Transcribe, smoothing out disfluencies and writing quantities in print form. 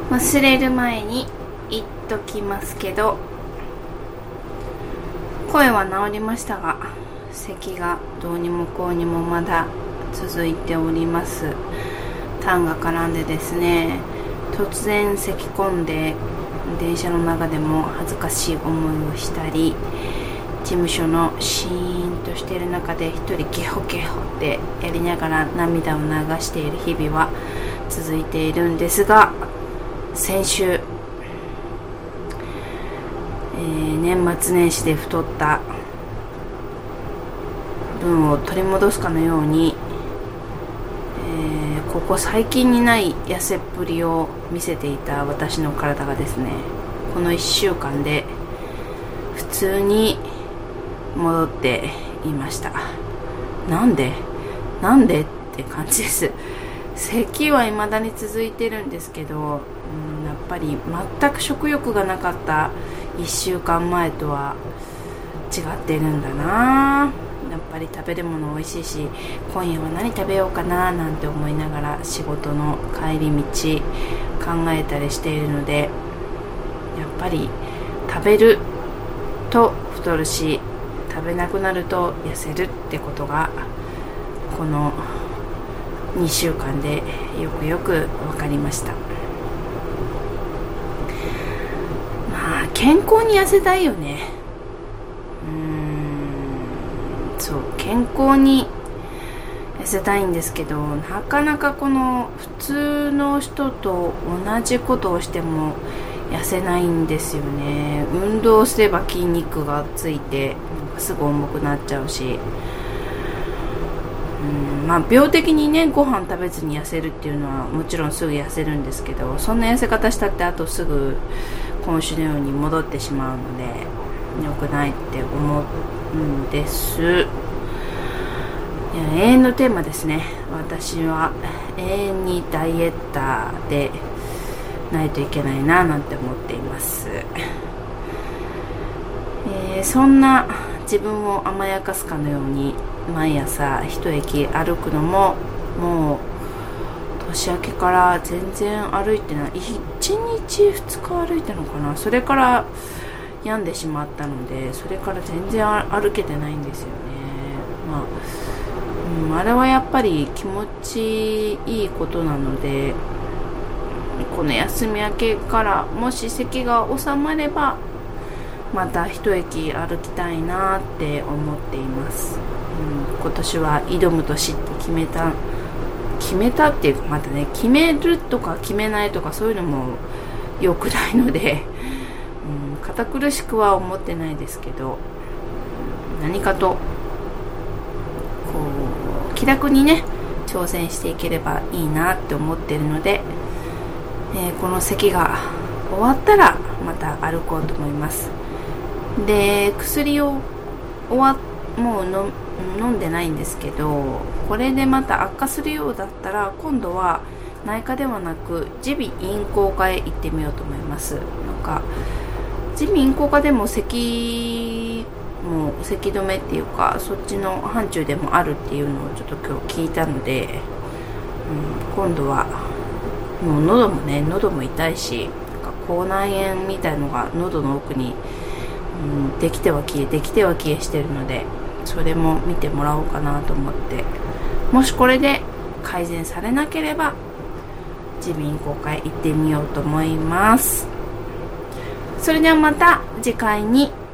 忘れる前に言っときますけど、声は治りましたが咳がどうにもこうにもまだ続いております。痰が絡んでですね、突然咳き込んで電車の中でも恥ずかしい思いをしたり、事務所のシーンとしている中で一人ゲホゲホってやりながら涙を流している日々は続いているんですが、先週、年末年始で太った分を取り戻すかのように、ここ最近にない痩せっぷりを見せていた私の体がですね、この1週間で普通に戻っていました。なんでって感じです。咳は未だに続いてるんですけど、やっぱり全く食欲がなかった1週間前とは違ってるんだな。やっぱり食べるもの美味しいし、今夜は何食べようかななんて思いながら仕事の帰り道考えたりしているので、やっぱり食べると太るし、食べなくなると痩せるってことがこの2週間でよくよく分かりました。まあ健康に痩せたいよね。そう、健康に痩せたいんですけど、なかなかこの普通の人と同じことをしても痩せないんですよね。運動すれば筋肉がついてすぐ重くなっちゃうし、病的にね、ご飯食べずに痩せるっていうのはもちろんすぐ痩せるんですけど、そんな痩せ方したってあとすぐ今週のように戻ってしまうので良くないって思うんです。いや、永遠のテーマですね。私は永遠にダイエッターでないといけないななんて思っています。そんな自分を甘やかすかのように毎朝一駅歩くのも、もう年明けから全然歩いてない。1日2日歩いたのかな。それから病んでしまったので、それから全然歩けてないんですよね。あれはやっぱり気持ちいいことなので、この休み明けからもし咳が収まればまた一駅歩きたいなって思っています。今年は挑む年って決めたっていうか、またね、決めるとか決めないとかそういうのも良くないので、堅苦しくは思ってないですけど、何かとこう気楽にね挑戦していければいいなって思っているので、この咳が終わったらまた歩こうと思います。で、薬をもう飲んでないんですけど、これでまた悪化するようだったら今度は内科ではなく耳鼻咽喉科へ行ってみようと思います。耳鼻咽喉科でも咳止めっていうか、そっちの範疇でもあるっていうのをちょっと今日聞いたので、今度はもう喉も痛いし、口内炎みたいのが喉の奥に、できては消えしてるので、それも見てもらおうかなと思って、もしこれで改善されなければ耳鼻咽喉科へ行ってみようと思います。それではまた次回に